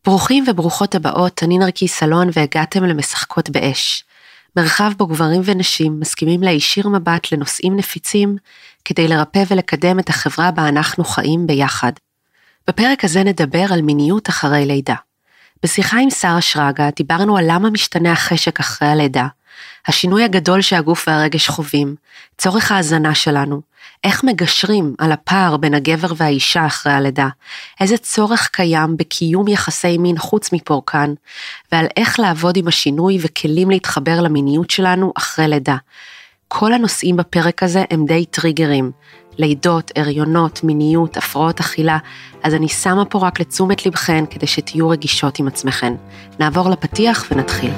ברוכים וברוכות הבאות, אני נרקיס אלון והגעתם למשחקות באש. מרחב בו גברים ונשים מסכימים להישיר מבט לנושאים נפיצים, כדי לרפא ולקדם את החברה בה אנחנו חיים ביחד. בפרק הזה נדבר על מיניות אחרי לידה. בשיחה עם שרה שרגא דיברנו על למה משתנה החשק אחרי הלידה, השינוי הגדול שהגוף והרגש חווים, צורך ההזנה שלנו, איך מגשרים על הפער בין הגבר והאישה אחרי הלידה, איזה צורך קיים בקיום יחסי מין חוץ מפורקן, ועל איך לעבוד עם השינוי וכלים להתחבר למיניות שלנו אחרי לידה. כל הנושאים בפרק הזה הם די טריגרים, לידות, הריונות, מיניות, הפרעות אכילה, אז אני שמה פה רק לתשומת לבכן כדי שתהיו רגישות עם עצמכן. נעבור לפתיח ונתחיל.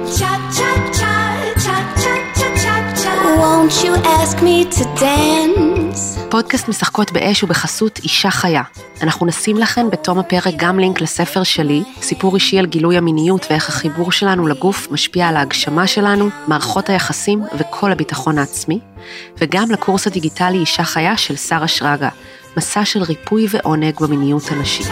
Won't you ask me to dance? פודקאסט משחקות באש ובחסות אישה חיה. אנחנו נשים לכן בתום הפרק גם לינק לספר שלי, סיפור אישי על גילוי המיניות ואיך החיבור שלנו לגוף משפיע על ההגשמה שלנו, מערכות היחסים וכל הביטחון העצמי, וגם לקורס הדיגיטלי אישה חיה של שרה שרגא, מסע של ריפוי ועונג במיניות הנשית.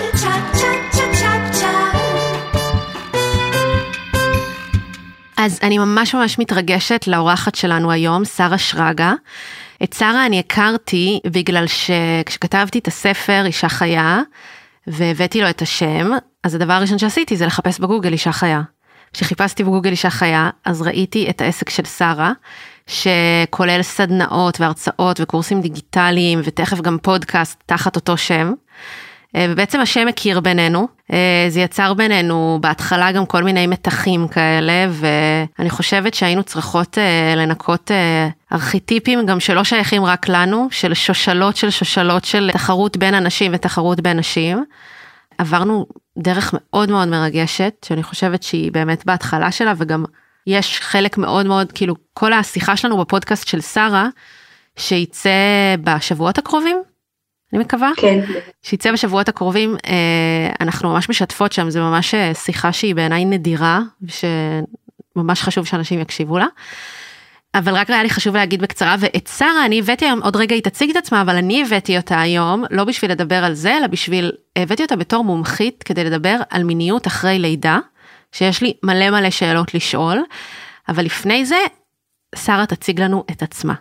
אז אני ממש מתרגשת לאורחת שלנו היום, שרה שרגא. את שרה אני הכרתי בגלל שכשכתבתי את הספר אישה חיה, והבאתי לו את השם, אז הדבר הראשון שעשיתי זה לחפש בגוגל אישה חיה. כשחיפשתי בגוגל אישה חיה, אז ראיתי את העסק של שרה, שכולל סדנאות והרצאות וקורסים דיגיטליים, ותכף גם פודקאסט תחת אותו שם. ובעצם השם הכיר בינינו, זה יצר בינינו בהתחלה גם כל מיני מתחים כאלה, ואני חושבת שהיינו צריכות לנקות ארכיטיפים גם שלא שייכים רק לנו, של שושלות של תחרות בין אנשים ותחרות בין נשים. עברנו דרך מאוד מאוד מרגשת, שאני חושבת שהיא באמת בהתחלה שלה, וגם יש חלק מאוד מאוד, כאילו כל השיחה שלנו בפודקאסט של שרה, שיצא בשבועות הקרובים, אני מקווה, כן. שיצא בשבועות הקרובים, אנחנו ממש משתפות שם, זה ממש שיחה שהיא בעיניי נדירה, שממש חשוב שאנשים יקשיבו לה, אבל רק היה לי חשוב להגיד בקצרה, ואת שרה אני הבאתי היום, עוד רגע היא תציג את עצמה, אבל אני הבאתי אותה היום, לא בשביל לדבר על זה, אלא הבאתי אותה בתור מומחית, כדי לדבר על מיניות אחרי לידה, שיש לי מלא שאלות לשאול, אבל לפני זה, שרה תציג לנו את עצמה.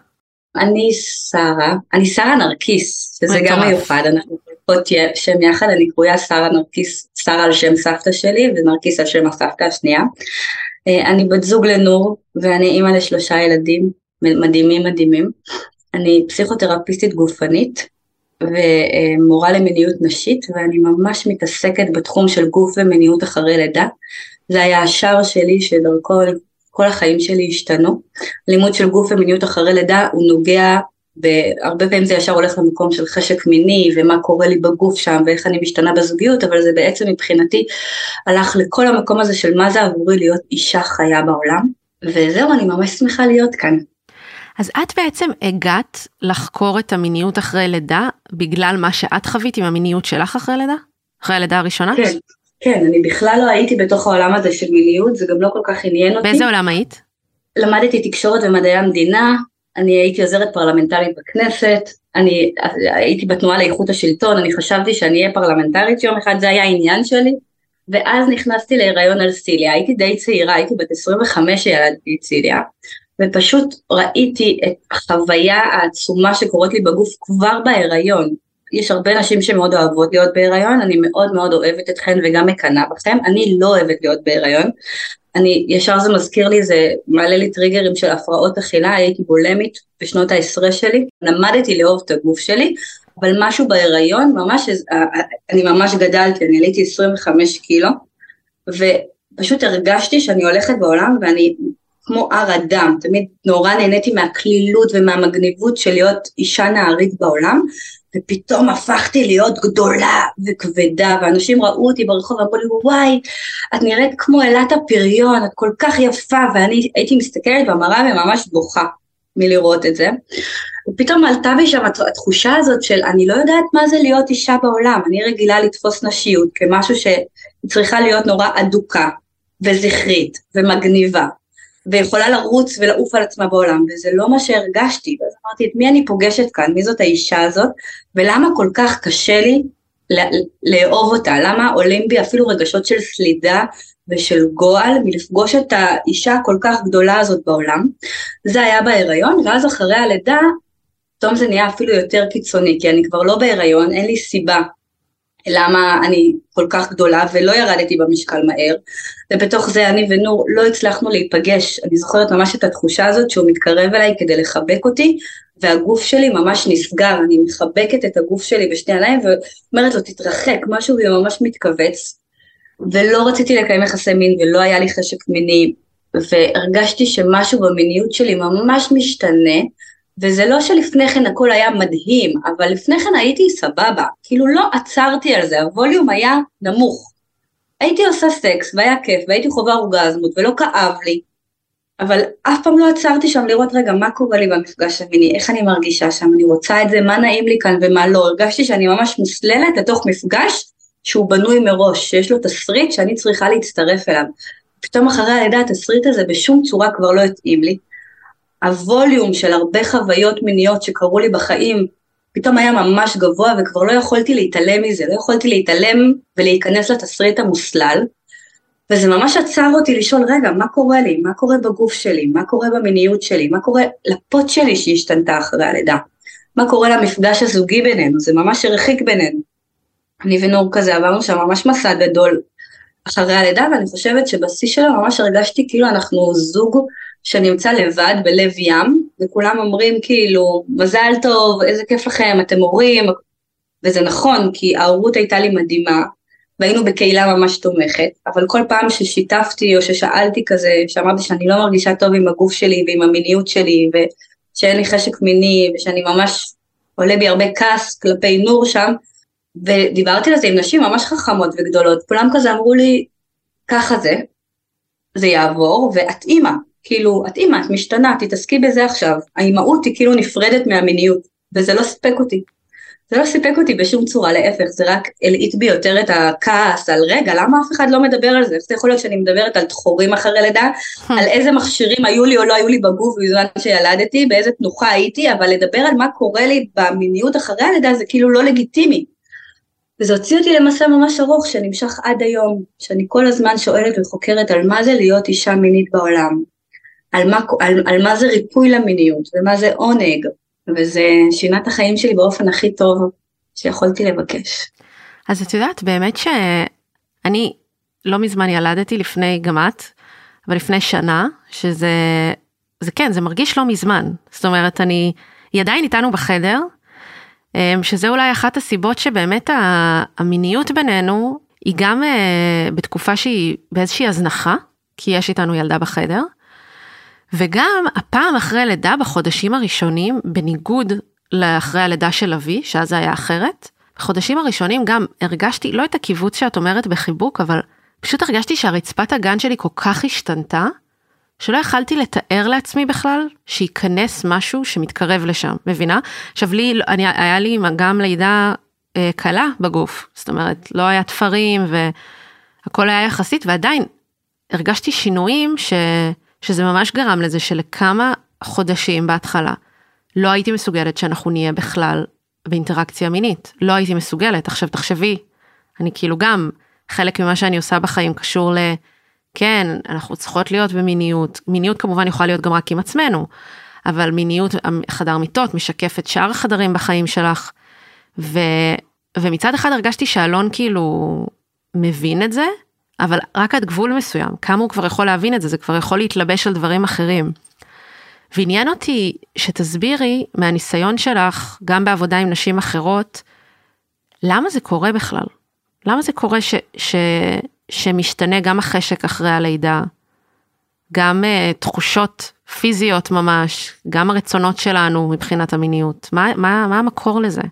אני שרה נרקיס, שזה גם מיוחד, אנחנו חולקות שם יחד, אני קרויה שרה נרקיס, שרה על שם סבתא שלי, ונרקיס על שם הסבתא השנייה. אני בת זוג לנור, ואני אימא ל3 ילדים, מדהימים. אני פסיכותרפיסטית גופנית, ומורה למיניות נשית, ואני ממש מתעסקת בתחום של גוף ומיניות אחרי לידה. זה היה השער שלי שדרכו כל החיים שלי השתנו. לימוד של גוף ומיניות אחרי לידה הוא נוגע, והרבה פעמים זה ישר הולך למקום של חשק מיני, ומה קורה לי בגוף שם, ואיך אני משתנה בזוגיות, אבל זה בעצם מבחינתי הלך לכל המקום הזה של מה זה עבורי להיות אישה חיה בעולם, וזהו, אני ממש שמחה להיות כאן. אז את בעצם הגעת לחקור את המיניות אחרי לידה, בגלל מה שאת חווית עם המיניות שלך אחרי לידה? אחרי הלידה הראשונה? כן, אני בכלל לא הייתי בתוך העולם הזה של מיניות, זה גם לא כל כך עניין אותי. באיזה עולם היית? למדתי תקשורת ומדעי המדינה, אני הייתי עוזרת פרלמנטרית בכנסת, אני הייתי בתנועה לאיכות השלטון, אני חשבתי שאני אהיה פרלמנטרית יום אחד, זה היה העניין שלי, ואז נכנסתי להיריון על סיליה, הייתי די צעירה, הייתי בת 25 ילדתי ציליה, ופשוט ראיתי את החוויה העצומה שקורית לי בגוף כבר בהיריון. יש הרבה נשים שמאוד אוהבות להיות בהיריון, אני מאוד אוהבת אתכן וגם מקנה בכם, אני לא אוהבת להיות בהיריון, ישר זה מזכיר לי, זה מעלה לי טריגרים של הפרעות אכילה, הייתי בולמית בשנות ה-10 שלי, למדתי לאהוב את הגוף שלי, אבל משהו בהיריון, אני ממש גדלתי, אני עליתי 25 קילו, ופשוט הרגשתי שאני הולכת בעולם, ואני כמו הר אדם, תמיד נורא נהניתי מהכלילות ומהמגניבות של להיות אישה נערית בעולם, ופתאום הפכתי להיות גדולה וכבדה, ואנשים ראו אותי ברחוב ואמרו לי, וואי, את נראית כמו אלת הפריון, את כל כך יפה, ואני הייתי מסתכלת במראה וממש בוכה מלראות את זה, ופתאום עלתה בי שם התחושה הזאת של אני לא יודעת מה זה להיות אישה בעולם, אני רגילה לתפוס נשיות כמשהו שצריכה להיות נורא אדוקה וזכרית ומגניבה, ויכולה לרוץ ולעוף על עצמה בעולם, וזה לא מה שהרגשתי, ואז אמרתי, את מי אני פוגשת כאן, מי זאת האישה הזאת, ולמה כל כך קשה לי לאהוב אותה, למה עולים בי אפילו רגשות של סלידה ושל גועל מלפגוש את האישה הכל כך גדולה הזאת בעולם. זה היה בהיריון, ואז אחרי הלידה, פתאום זה נהיה אפילו יותר קיצוני, כי אני כבר לא בהיריון, אין לי סיבה למה אני כל כך גדולה, ולא ירדתי במשקל מהר, ובתוך זה אני ונור לא הצלחנו להיפגש. אני זוכרת ממש את התחושה הזאת שהוא מתקרב אליי כדי לחבק אותי, והגוף שלי ממש נסגר, אני מחבקת את הגוף שלי בשתי עיניים, ואומרת לו תתרחק, משהו ממש מתכווץ, ולא רציתי לקיים יחסי מין, ולא היה לי חשק מיני, והרגשתי שמשהו במיניות שלי ממש משתנה, וזה לא שלפני כן הכל היה מדהים, אבל לפני כן הייתי סבבה, כאילו לא עצרתי על זה, הווליום היה נמוך. הייתי עושה סקס, והיה כיף, והייתי חווה אורגזמות, ולא כאב לי, אבל אף פעם לא עצרתי שם לראות רגע מה קורה לי במפגש המיני, איך אני מרגישה שם, אני רוצה את זה, מה נעים לי כאן ומה לא. הרגשתי שאני ממש מוסללת לתוך מפגש שהוא בנוי מראש, שיש לו תסריט שאני צריכה להצטרף אליו. פתאום אחרי הלידה התסריט הזה בשום צורה כבר לא התאים לי. הווליום של הרבה חוויות מיניות שקרו לי בחיים פתאום היה ממש גבוה, וכבר לא יכולתי להתעלם מזה, לא יכולתי להתעלם ולהיכנס לתסריט המוסלל, וזה ממש עצר אותי לשאול, רגע, מה קורה לי? מה קורה בגוף שלי? מה קורה במיניות שלי? מה קורה לפות שלי שהשתנתה אחרי הלידה? מה קורה למפגש הזוגי בינינו? זה ממש הרחיק בינינו. אני ונור כזה עברנו שם ממש מסע גדול אחרי הלידה, ואני חושבת שבשיא שלו ממש הרגשתי כאילו אנחנו זוג שנמצא לבד בלב ים, וכולם אומרים כאילו, מזל טוב, איזה כיף לכם, אתם הורים, וזה נכון, כי ההורות הייתה לי מדהימה, והיינו בקהילה ממש תומכת, אבל כל פעם ששיתפתי או ששאלתי כזה, שאמרתי שאני לא מרגישה טוב עם הגוף שלי ועם המיניות שלי, ושאין לי חשק מיני, ושאני ממש עולה בי הרבה כעס כלפי נור שם, ודיברתי על זה עם נשים ממש חכמות וגדולות, כולם כזה אמרו לי, ככה זה יעבור, ואת אימא, כאילו, את אימא, את משתנה, תתעסקי בזה עכשיו, האימהות היא כאילו נפרדת מהמיניות, וזה לא סיפק אותי. זה לא סיפק אותי בשום צורה, להפך, זה רק הלעיט בי יותר את הכעס על רגע, למה אף אחד לא מדבר על זה? זה יכול להיות שאני מדברת על תחורים אחרי לידה, על איזה מכשירים היו לי או לא היו לי בגוף בזמן שילדתי, באיזה תנוחה הייתי, אבל לדבר על מה קורה לי במיניות אחרי הלידה זה כאילו לא לגיטימי. וזה הוציא אותי למסע ממש ארוך שנמשך עד היום, שאני כל הזמן שואלת וחוקרת על מה זה להיות אישה מינית בעולם, על מה זה ריפוי למיניות ומה זה עונג, וזה שינה את החיים שלי באופן הכי טוב שיכולתי לבקש. אז את יודעת, באמת שאני לא מזמן ילדתי לפני גמת, אבל לפני שנה, שזה כן, זה מרגיש לא מזמן. זאת אומרת, היא עדיין איתנו בחדר, שזה אולי אחת הסיבות שבאמת המיניות בינינו, היא גם בתקופה שהיא באיזושהי הזנחה, כי יש איתנו ילדה בחדר, וגם הפעם אחרי לידה בחודשים הראשונים, בניגוד לאחרי הלידה של אבי, שאז זה היה אחרת, בחודשים הראשונים גם הרגשתי, לא את הקיבוץ שאת אומרת בחיבוק, אבל פשוט הרגשתי שהרצפת הגן שלי כל כך השתנתה, שלא יכלתי לתאר לעצמי בכלל שיכנס משהו שמתקרב לשם, מבינה? עכשיו היה לי גם לידה קלה בגוף, זאת אומרת, לא היה תפרים והכל היה יחסית, ועדיין הרגשתי שינויים שזה ממש גרם לזה שלכמה חודשים בהתחלה, לא הייתי מסוגלת שאנחנו נהיה בכלל באינטראקציה מינית, לא הייתי מסוגלת. עכשיו תחשבי, אני כאילו גם חלק ממה שאני עושה בחיים קשור כן, אנחנו צריכות להיות במיניות, מיניות כמובן יכולה להיות גם רק עם עצמנו, אבל מיניות, חדר מיטות, משקפת שאר החדרים בחיים שלך, ומצד אחד הרגשתי שאלון כאילו מבין את זה, אבל רק עד גבול מסוים, כמה הוא כבר יכול להבין את זה, זה כבר יכול להתלבש על דברים אחרים. ועניין אותי שתסבירי מהניסיון שלך, גם בעבודה עם נשים אחרות, למה זה קורה בכלל? למה זה קורה שמשתנה גם החשק אחרי הלידה, גם תחושות פיזיות ממש, גם הרצונות שלנו מבחינת המיניות? מה המקור לזה?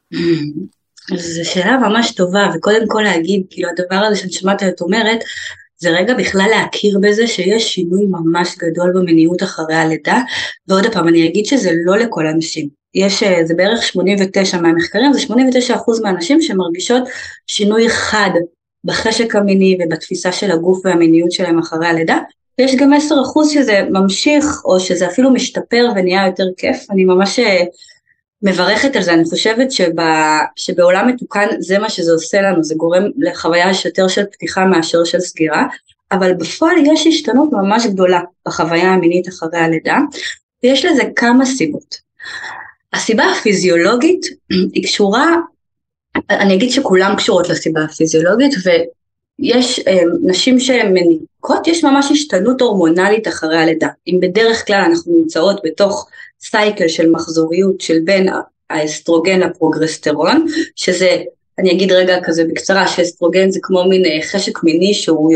זו שאלה ממש טובה, וקודם כל להגיד, כאילו הדבר הזה שאני שמעת את אומרת, זה רגע בכלל להכיר בזה שיש שינוי ממש גדול במיניות אחרי הלידה, ועוד פעם אני אגיד שזה לא לכל אנשים, זה בערך 89 מהמחקרים, זה 89% מהאנשים שמרגישות שינוי חד בחשק המיני ובתפיסה של הגוף והמיניות שלהם אחרי הלידה, ויש גם 10% שזה ממשיך, או שזה אפילו משתפר ונהיה יותר כיף. אני ממש מברכת על זה, אני חושבת שבעולם מתוקן זה מה שזה עושה לנו, זה גורם לחוויה יותר של פתיחה מאשר של סגירה, אבל בפועל יש השתנות ממש גדולה בחוויה המינית אחרי הלידה, ויש לזה כמה סיבות. הסיבה הפיזיולוגית היא קשורה, אני אגיד שכולם קשורות לסיבה הפיזיולוגית, ויש נשים שהן מניקות, יש ממש השתנות הורמונלית אחרי הלידה. אם בדרך כלל אנחנו נמצאות בתוך סייקל של מחזוריות של בין האסטרוגן לפרוגסטרון, שזה, אני אגיד רגע כזה בקצרה, שאסטרוגן זה כמו מין חשק מיני שהוא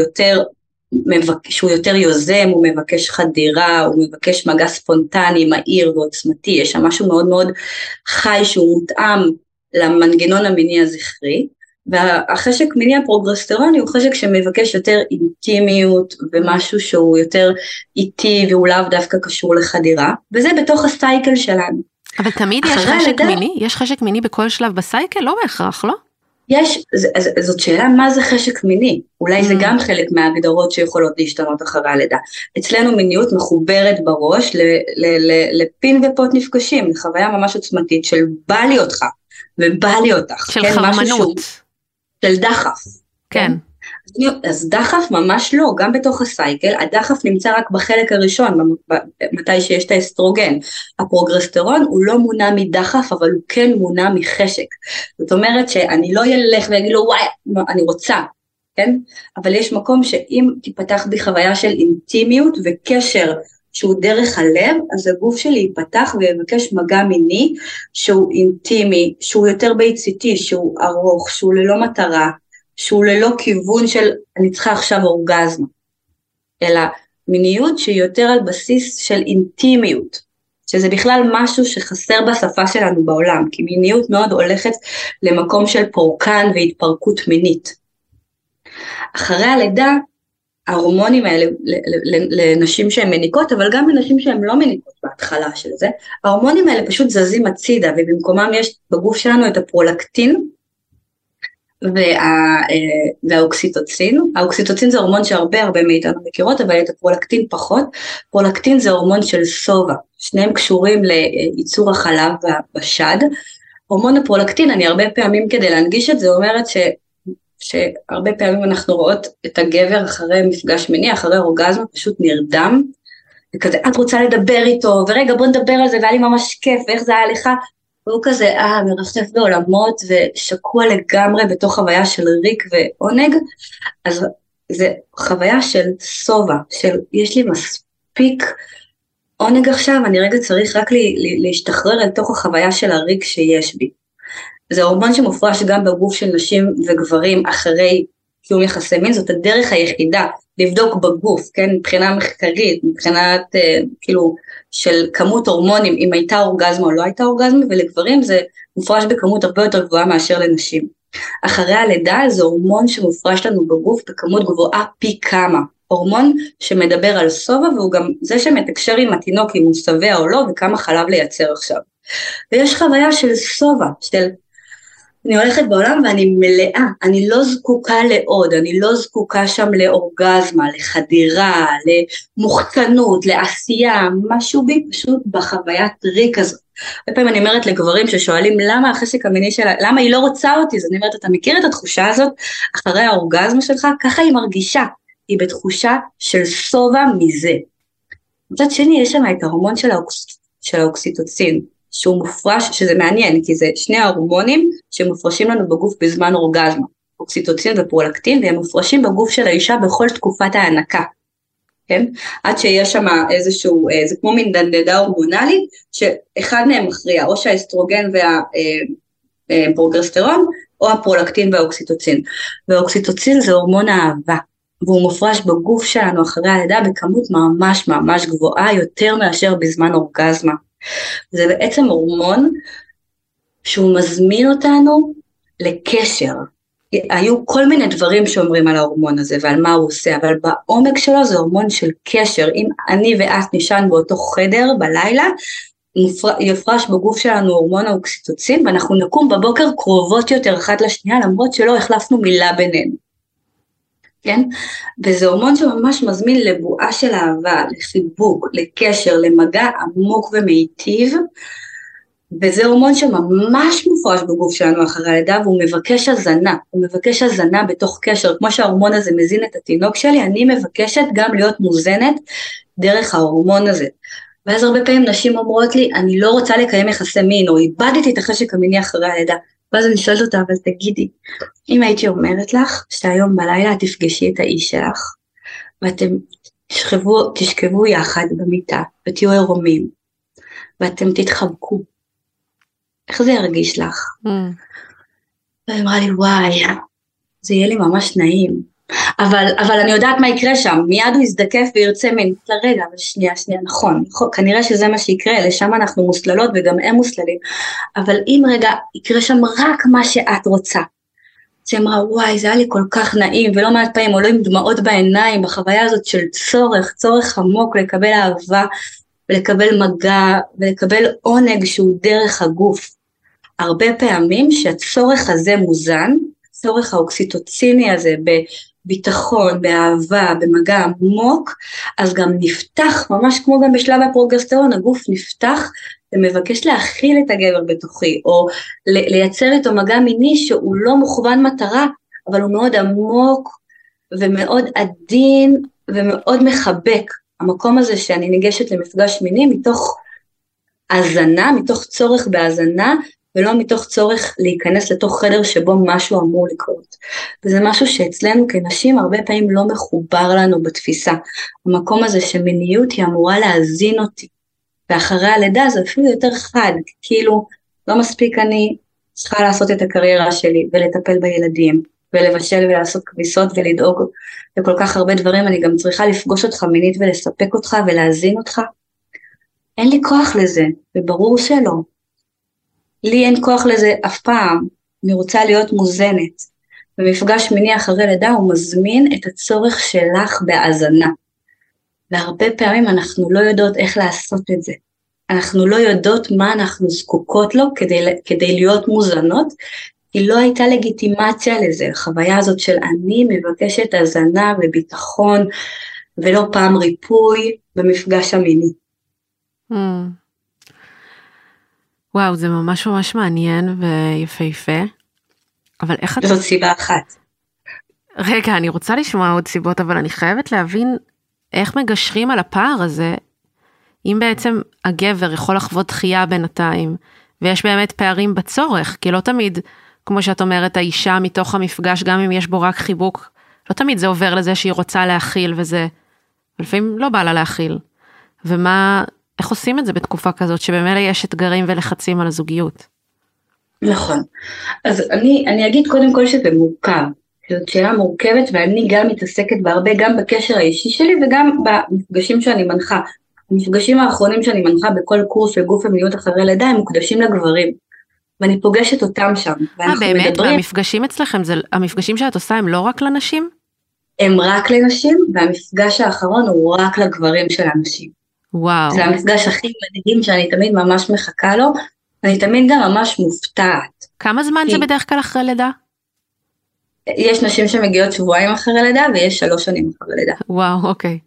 יותר יוזם, הוא מבקש חדירה, הוא מבקש מגע ספונטני, מהיר ועוצמתי, יש שם משהו מאוד מאוד חי שהוא מותאם למנגנון המיני הזכרי, והחשק מיני הפרוגסטרוני הוא חשק שמבקש יותר אינטימיות ומשהו שהוא יותר איטי והוא לאו דווקא קשור לחדירה, וזה בתוך הסייקל שלנו. אבל תמיד יש חשק מיני? יש חשק מיני בכל שלב בסייקל? לא בהכרח, לא? יש, זאת שאלה מה זה חשק מיני, אולי זה גם חלק מההגדרות שיכולות להשתנות אחרי הלידה. אצלנו מיניות מחוברת בראש לפין ופות נפגשים, לחוויה ממש עוצמתית של בא לי אותך ובא לי אותך. של חרמנות. של דחף. כן. אז דחף ממש לא, גם בתוך הסייקל, הדחף נמצא רק בחלק הראשון, מתי שיש את האסטרוגן. הפרוגסטרון הוא לא מונע מדחף, אבל הוא כן מונע מחשק. זאת אומרת שאני לא ילך ויגיד לו, וואי, אני רוצה, כן? אבל יש מקום שאם תיפתח בי חוויה של אינטימיות וקשר שהוא דרך הלב, אז הגוף שלי ייפתח ויבקש מגע מיני, שהוא אינטימי, שהוא יותר ביציתי, שהוא ארוך, שהוא ללא מטרה, שהוא ללא כיוון של אני צריכה עכשיו אורגזמה, אלא מיניות שהיא יותר על בסיס של אינטימיות, שזה בכלל משהו שחסר בשפה שלנו בעולם, כי מיניות מאוד הולכת למקום של פורקן והתפרקות מינית. אחרי הלידה, ההורמונים האלה לנשים שהן מניקות, אבל גם לנשים שהן לא מניקות בהתחלה של זה, ההורמונים האלה פשוט זזים הצידה, ובמקומם יש בגוף שלנו את הפרולקטין, והאוקסיטוצין. האוקסיטוצין זה הורמון שהרבה מאיתנו מכירות, אבל את הפרולקטין פחות. פרולקטין זה הורמון של סובה, שניהם קשורים לייצור החלב בשד. הורמון הפרולקטין, אני הרבה פעמים כדי להנגיש את זה, אומרת שהרבה פעמים אנחנו רואות את הגבר אחרי מפגש מיני, אחרי אורגזמה, פשוט נרדם, וכזה, את רוצה לדבר איתו, ורגע בוא נדבר על זה, והיה לי ממש כיף, ואיך זה היה לך, והוא כזה, מרחף בעולמות, ושקוע לגמרי בתוך חוויה של ריק ועונג, אז זה חוויה של סובה, של יש לי מספיק עונג עכשיו, אני רגע צריך רק להשתחרר אל תוך החוויה של הריק שיש בי. זה הורמון שמופרש גם בגוף של נשים וגברים אחרי קיום יחסי מין, זאת הדרך היחידה לבדוק בגוף, כן, מבחינה מחקרית, מבחינת כאילו של כמות הורמונים, אם הייתה אורגזמה או לא הייתה אורגזמה, ולגברים זה מופרש בכמות הרבה יותר גבוהה מאשר לנשים. אחרי הלידה זה הורמון שמופרש לנו בגוף בכמות גבוהה פי כמה, הורמון שמדבר על סובה, והוא גם זה שמתקשר עם התינוק אם הוא שבע או לא, וכמה חלב לייצר עכשיו. ויש חוויה של סובה, של אני הולכת בעולם ואני מלאה, אני לא זקוקה לעוד, אני לא זקוקה שם לאורגזמה, לחדירה, למוחצנות, לעשייה, משהו בי פשוט בחוויית ריק הזאת. בפעמים אני אומרת לגברים ששואלים למה החשק המיני שלה, למה היא לא רוצה אותי, אז אני אומרת, אתה מכיר את התחושה הזאת אחרי האורגזמה שלך? ככה היא מרגישה, היא בתחושה של סובה מזה. מצד שני יש שם את ההורמון של האוקסיטוצין, שהוא מופרש, שזה מעניין, כי זה שני ההורמונים שמופרשים לנו בגוף בזמן אורגזמה, אוקסיטוצין ופרולקטין, והם מופרשים בגוף של האישה בכל תקופת ההנקה, כן? עד שיש שם איזשהו, זה כמו מין דנדדה הורמונלית, שאחד מהם מכריע, או שהאסטרוגן והפרוגסטרון, או הפרולקטין והאוקסיטוצין. והאוקסיטוצין זה הורמון האהבה, והוא מופרש בגוף שלנו אחרי הלידה בכמות ממש ממש גבוהה, יותר מאשר בזמן אורגזמה. זה בעצם הורמון שהוא מזמין אותנו לקשר. היו כל מיני דברים שאומרים על ההורמון הזה ועל מה הוא עושה, אבל בעומק שלו זה הורמון של קשר. אם אני ואת נשען באותו חדר בלילה, יפרש בגוף שלנו הורמון האוקסיטוצין, ואנחנו נקום בבוקר קרובות יותר אחת לשנייה, למרות שלא החלפנו מילה בינינו. כן? וזה הורמון שממש מזמין לבועה של אהבה, לחיבוק, לקשר, למגע עמוק ומיטיב, וזה הורמון שממש מופרש בגוף שלנו אחרי הלידה, והוא מבקש הזנה, הוא מבקש הזנה בתוך קשר, כמו שההורמון הזה מזין את התינוק שלי, אני מבקשת גם להיות מוזנת דרך ההורמון הזה. ואז הרבה פעמים נשים אומרות לי, אני לא רוצה לקיים יחסי מין, או איבדתי את החשק המיני אחרי הלידה, ואז אני שואלת אותה, אבל תגידי, אם הייתי אומרת לך, שהיום בלילה את תפגשי את האיש שלך, ואתם תשכבו יחד במיטה, ותהיו עירומים, ואתם תתחבקו, איך זה ירגיש לך? והיא אמרה לי, וואי, זה יהיה לי ממש נעים. אבל אני יודעת מה יקרה שם, מיד הוא יזדקף וירצה מין, לרגע, אבל שנייה, נכון, כנראה שזה מה שיקרה, לשם אנחנו מוסללות וגם הם מוסללים, אבל אם רגע יקרה שם רק מה שאת רוצה, זה אמרה, וואי, זה היה לי כל כך נעים, ולא מעט פעמים עולו עם דמעות בעיניים, בחוויה הזאת של צורך עמוק לקבל אהבה, ולקבל מגע, ולקבל עונג שהוא דרך הגוף. הרבה פעמים שהצורך הזה מוזן, הצורך האוקסיטוציני הזה בביטחון, באהבה, במגע עמוק, אז גם נפתח, ממש כמו גם בשלב הפרוגסטרון, הגוף נפתח ומבקש להכיל את הגבר בתוכי, או לייצר איתו מגע מיני שהוא לא מוכוון מטרה, אבל הוא מאוד עמוק ומאוד עדין ומאוד מחבק. המקום הזה שאני ניגשת למפגש מיני מתוך הזנה, מתוך צורך בהזנה, ולא מתוך צורך להיכנס לתוך חדר שבו משהו אמור לקרות. וזה משהו שאצלנו כנשים הרבה פעמים לא מחובר לנו בתפיסה. המקום הזה שמיניות היא אמורה להזין אותי. ואחרי הלידה זה אפילו יותר חד, כאילו לא מספיק אני צריכה לעשות את הקריירה שלי ולטפל בילדים, ולבשל ולעשות כביסות ולדאוג לכל כך הרבה דברים, אני גם צריכה לפגוש אותך מינית ולספק אותך ולהזין אותך. אין לי כוח לזה, וברור שלא. לי אין כוח לזה אף פעם, אני רוצה להיות מוזנת. במפגש מיני אחרי לידה הוא מזמין את הצורך שלך בהאזנה. והרבה פעמים אנחנו לא יודעות איך לעשות את זה. אנחנו לא יודעות מה אנחנו זקוקות לו כדי להיות מוזנות, כי לא הייתה לגיטימציה לזה, החוויה הזאת של אני מבקשת הזנה וביטחון, ולא פעם ריפוי במפגש המיני. וואו, זה ממש ממש מעניין ויפהפה, אבל איך זאת סיבה אחת. רגע, אני רוצה לשמוע עוד סיבות, אבל אני חייבת להבין איך מגשרים על הפער הזה, אם בעצם הגבר יכול לחוות דחייה בינתיים, ויש באמת פערים בצורך, כי לא תמיד, כמו שאת אומרת, האישה מתוך המפגש, גם אם יש בו רק חיבוק, לא תמיד זה עובר לזה שהיא רוצה להכיל, וזה, ולפעמים לא בא לה להכיל. איך עושים את זה בתקופה כזאת, שבמילא יש אתגרים ולחצים על הזוגיות? נכון. אז אני אגיד קודם כל שזה מורכב. זאת שאלה מורכבת, ואני גם מתעסקת בהרבה, גם בקשר האישי שלי, וגם במפגשים שאני מנחה. המפגשים האחרונים שאני מנחה בכל קורס של גוף ומיניות אחרי לידה, הם מוקדשים לגברים. ואני פוגשת אותם שם. באמת? והמפגשים אצלכם, המפגשים שאת עושה הם לא רק לנשים? הם רק לנשים, והמפגש האחרון הוא רק לגברים של הנשים. וואו. זה המפגש הכי מדהים שאני תמיד ממש מחכה לו, אני תמיד גם ממש מופתעת. כמה זמן זה בדרך כלל אחרי לידה? יש נשים שמגיעות שבועיים אחרי לידה, ויש 3 שנים אחרי לידה. וואו, אוקיי.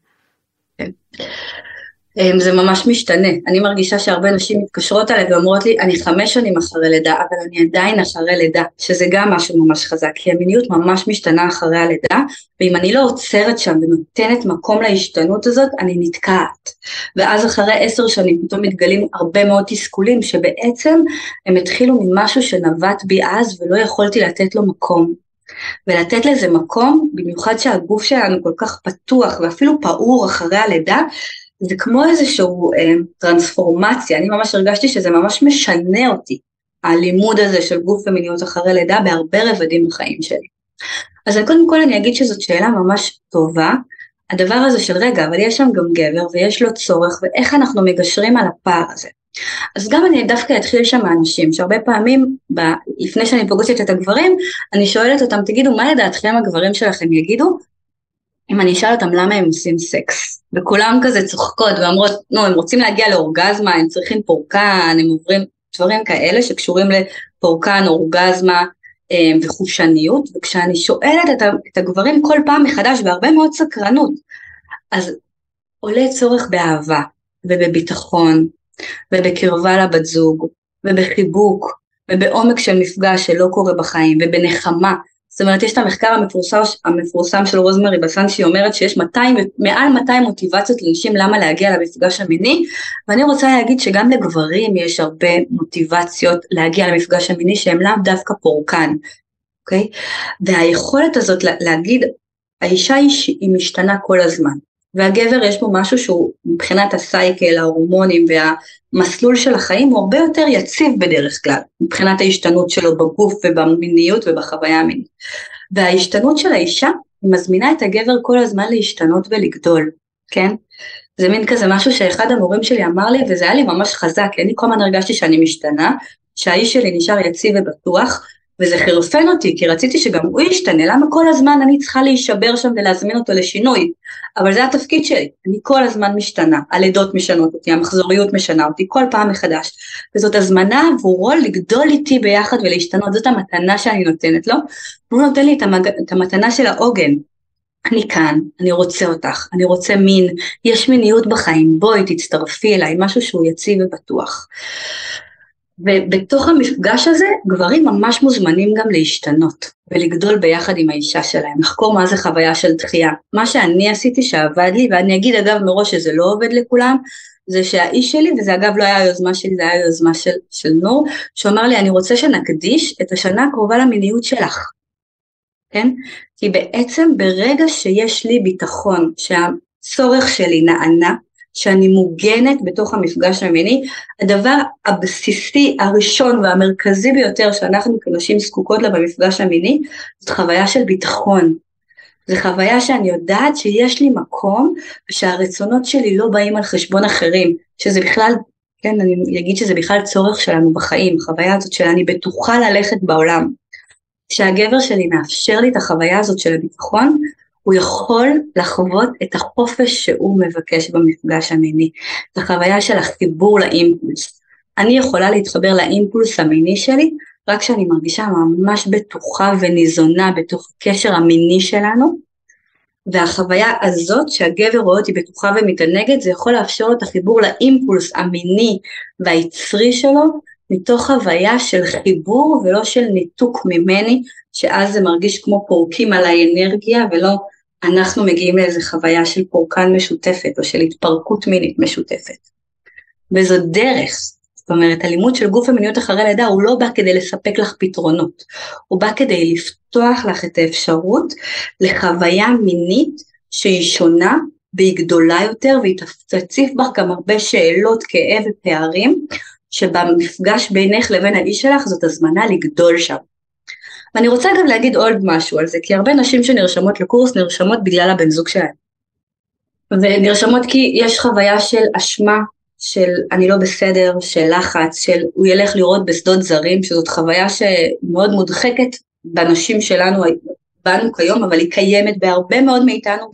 זה ממש משתנה. אני מרגישה שהרבה נשים מתקשרות עליי ואומרות לי, אני 5 שנים אחרי לידה, אבל אני עדיין אחרי לידה, שזה גם משהו ממש חזק, כי המיניות ממש משתנה אחרי הלידה, ואם אני לא עוצרת שם ונותנת מקום להשתנות הזאת, אני נתקעת. ואז אחרי 10 שנים פתאום מתגלים הרבה מאוד תסכולים, שבעצם הם התחילו ממשהו שנבט בי אז, ולא יכולתי לתת לו מקום. ולתת לזה מקום, במיוחד שהגוף שלנו כל כך פתוח, ואפילו פעור אחרי הלידה, זה כמו איזשהו טרנספורמציה, אני ממש הרגשתי שזה ממש משנה אותי, הלימוד הזה של גוף ומיניות אחרי לידה, בהרבה רבדים בחיים שלי. אז קודם כל אני אגיד שזאת שאלה ממש טובה, הדבר הזה של רגע, אבל יש שם גם גבר, ויש לו צורך, ואיך אנחנו מגשרים על הפער הזה. אז גם אני דווקא אתחיל שם מהאנשים, שהרבה פעמים, לפני שאני פוגשת את הגברים, אני שואלת אותם, תגידו, מה לדעתכם הגברים שלכם יגידו? אם אני אשאל אותם למה הם עושים סקס, וכולם כזה צוחקות ואומרות, נו, הם רוצים להגיע לאורגזמה, הם צריכים פורקן, הם עוברים דברים כאלה שקשורים לפורקן, אורגזמה וחושניות, וכשאני שואלת את הגברים כל פעם מחדש, בהרבה מאוד סקרנות, אז עולה צורך באהבה ובביטחון, ובקרבה לבת זוג, ובחיבוק, ובעומק של מפגש שלא קורה בחיים, ובנחמה. זאת אומרת, יש את המחקר המפורסם של רוזמרי בסן, שהיא אומרת שיש מעל 200 מוטיבציות לנשים למה להגיע למפגש המיני, ואני רוצה להגיד שגם לגברים יש הרבה מוטיבציות להגיע למפגש המיני, שהם לאו דווקא פורקן, אוקיי? והיכולת הזאת להגיד, האישה היא משתנה כל הזמן, והגבר יש בו משהו שהוא מבחינת הסייקל, ההורמונים והמסלול של החיים, הוא הרבה יותר יציב בדרך כלל, מבחינת ההשתנות שלו בגוף ובמיניות ובחוויה המינית. וההשתנות של האישה היא מזמינה את הגבר כל הזמן להשתנות ולגדול, כן? זה מין כזה משהו שאחד המורים שלי אמר לי, וזה היה לי ממש חזק, כי אני כל הזמן הרגשתי שאני משתנה, שהאיש שלי נשאר יציב ובטוח, וזה חרפן אותי, כי רציתי שגם הוא ישתנה, למה כל הזמן אני צריכה להישבר שם ולהזמין אותו לשינוי, אבל זה התפקיד שלי, אני כל הזמן משתנה, הלידות משנות אותי, המחזוריות משנה אותי, כל פעם מחדש, וזאת הזמנה עבורו לגדול איתי ביחד ולהשתנות, זאת המתנה שאני נותנת לו, והוא נותן לי את המתנה של העוגן, אני כאן, אני רוצה אותך, אני רוצה מין, יש מיניות בחיים, בואי תצטרפי אליי, משהו שהוא יציב ובטוח. ובתוך המפגש הזה, גברים ממש מוזמנים גם להשתנות, ולגדול ביחד עם האישה שלהם, לחקור מה זה חוויה של דחייה. מה שאני עשיתי שעבד לי, ואני אגיד אגב מראש שזה לא עובד לכולם, זה שהאיש שלי, וזה אגב לא היה היוזמה שלי, זה היה היוזמה של נור, שאומר לי, אני רוצה שנקדיש את השנה הקרובה למיניות שלך. כן? כי בעצם ברגע שיש לי ביטחון, שהצורך שלי נענה, שאני מוגנת בתוך המפגש המיני, הדבר הבסיסי הראשון והמרכזי ביותר שאנחנו כנשים זקוקות לה במפגש המיני, זאת חוויה של ביטחון. זו חוויה שאני יודעת שיש לי מקום, ושהרצונות שלי לא באים על חשבון אחרים, שזה בכלל, כן, אני אגיד שזה בכלל צורך שלנו בחיים, החוויה הזאת של אני בטוחה ללכת בעולם. כשהגבר שלי מאפשר לי את החוויה הזאת של הביטחון, הוא יכול לחוות את החופש שהוא מבקש במפגש המיני, את החוויה של החיבור לאימפולס. אני יכולה להתחבר לאימפולס המיני שלי, רק שאני מרגישה ממש בטוחה וניזונה בתוך הקשר המיני שלנו, והחוויה הזאת שהגבר רואה אותי בטוחה ומתענגת, זה יכול לאפשר לו את החיבור לאימפולס המיני והיצרי שלו, מתוך חוויה של חיבור ולא של ניתוק ממני, שאז זה מרגיש כמו פורקים על האנרגיה, ולא אנחנו מגיעים לאיזו חוויה של פורקן משותפת, או של התפרקות מינית משותפת. וזו דרך, זאת אומרת, הלימוד של גוף המיניות אחרי לידה, הוא לא בא כדי לספק לך פתרונות, הוא בא כדי לפתוח לך את האפשרות לחוויה מינית שהיא שונה, והיא גדולה יותר, והיא תציף בך גם הרבה שאלות, כאב ופערים, שבמפגש בינך לבין האיש שלך, זאת הזמנה לגדול שם. ואני רוצה גם להגיד עוד משהו על זה, כי הרבה נשים שנרשמות לקורס, נרשמות בגלל הבן זוג שלהם. ונרשמות כי יש חוויה של אשמה, של אני לא בסדר, של לחץ, של הוא ילך לראות בשדות זרים, שזאת חוויה שמאוד מודחקת בנשים שלנו, בנו כיום, אבל היא קיימת בהרבה מאוד מאיתנו,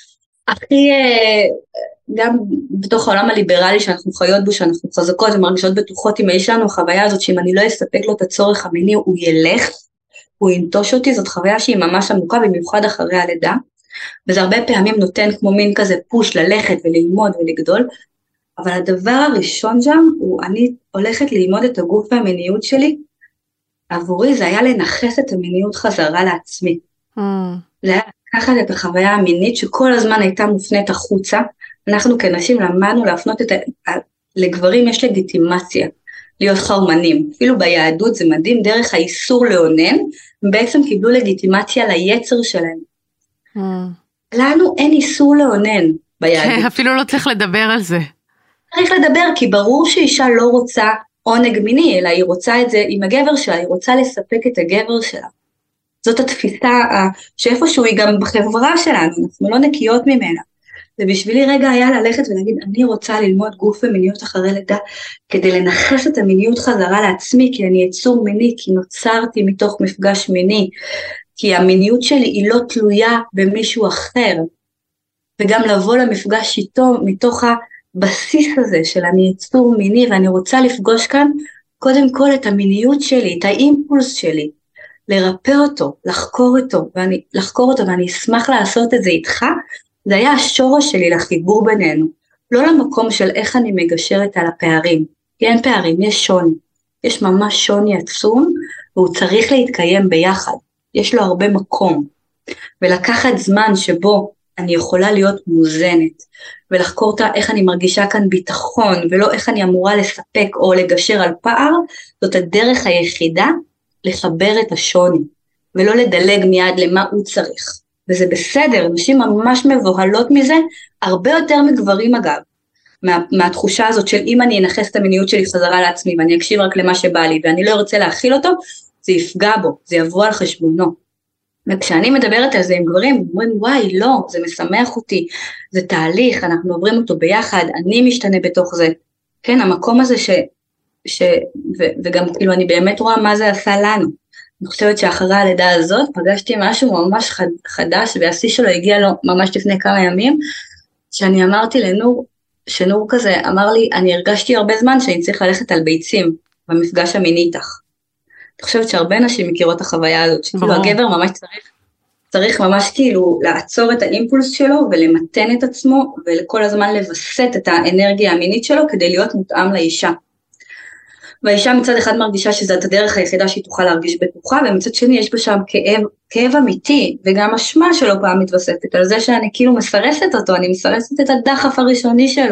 גם בתוך העולם הליברלי שאנחנו חיות בו, שאנחנו חזקות ומרגישות בטוחות עם האיש שלנו, החוויה הזאת שאם אני לא אספק לו את הצורך המיני, הוא ילך, הוא ינטוש אותי, זאת חוויה שהיא ממש עמוקה, במיוחד אחרי הלידה, וזה הרבה פעמים נותן כמו מין כזה פוש ללכת וללמוד ולגדול, אבל הדבר הראשון שם, אני הולכת ללמוד את הגוף והמיניות שלי, עבורי זה היה לנחס את המיניות חזרה לעצמי. זה היה לקחת את החוויה המינית שכל הזמן הייתה מופנית החוצה, אנחנו כנשים למדנו להפנות לגברים יש לגיטימציה, להיות חרמנים, אפילו ביהדות זה מדהים, דרך האיסור לאונן, הם בעצם קיבלו לגיטימציה ליצר שלהם. לנו אין איסור לאונן ביהדות. אפילו לא צריך לדבר על זה. צריך לדבר, כי ברור שאישה לא רוצה עונג מיני, אלא היא רוצה את זה עם הגבר שלה, היא רוצה לספק את הגבר שלה. זאת התפיסה שאיפשהו היא גם בחברה שלנו, אנחנו לא נקיות ממנה. ובשבילי רגע היה ללכת ולהגיד, אני רוצה ללמוד גוף ומיניות אחרי לידה, כדי לנחש את המיניות חזרה לעצמי, כי אני יצור מיני, כי נוצרתי מתוך מפגש מיני, כי המיניות שלי היא לא תלויה במישהו אחר, וגם לבוא למפגש איתו מתוך הבסיס הזה של אני יצור מיני, ואני רוצה לפגוש כאן קודם כל את המיניות שלי, את האימפולס שלי, לרפא אותו, לחקור אותו, ואני אשמח לעשות את זה איתך, זה היה השורש שלי לחיבור בינינו, לא למקום של איך אני מגשרת על הפערים, כי אין פערים, יש שוני, יש ממש שוני עצום, והוא צריך להתקיים ביחד, יש לו הרבה מקום, ולקחת זמן שבו אני יכולה להיות מוזנת, ולחקור אותה איך אני מרגישה כאן ביטחון, ולא איך אני אמורה לספק או לגשר על פער, זאת הדרך היחידה לחבר את השוני, ולא לדלג מיד למה הוא צריך. וזה בסדר, נשים ממש מבוהלות מזה, הרבה יותר מגברים אגב, מהתחושה הזאת של אם אני אנחס את המיניות שלי חזרה לעצמי, ואני אקשיב רק למה שבא לי, ואני לא ארצה להכיל אותו, זה יפגע בו, זה יבוא על חשבונו. וכשאני מדברת על זה עם גברים, אומרים וואי לא, זה משמח אותי, זה תהליך, אנחנו עוברים אותו ביחד, אני משתנה בתוך זה, כן, המקום הזה וגם כאילו אני באמת רואה מה זה עשה לנו, אני חושבת שאחרי הלידה הזאת פגשתי משהו ממש חדש, והשיא שלו הגיע לו ממש לפני כמה ימים, שאני אמרתי לנור, שנור כזה אמר לי, אני הרגשתי הרבה זמן שאני צריך ללכת על ביצים, במפגש המיני איתך. אני חושבת שהרבה נשים מכירות את החוויה הזאת, שכאילו הגבר ממש צריך ממש כאילו לעצור את האימפולס שלו, ולמתן את עצמו, ולכל הזמן לבסט את האנרגיה המינית שלו, כדי להיות מותאם לאישה. והאישה מצד אחד מרגישה שזאת הדרך היחידה שהיא תוכל להרגיש בטוחה, ומצד שני יש בשם כאב אמיתי, וגם אשמה שלו פעם מתווספת, על זה שאני כאילו מסרסת אותו, אני מסרסת את הדחף הראשוני שלו.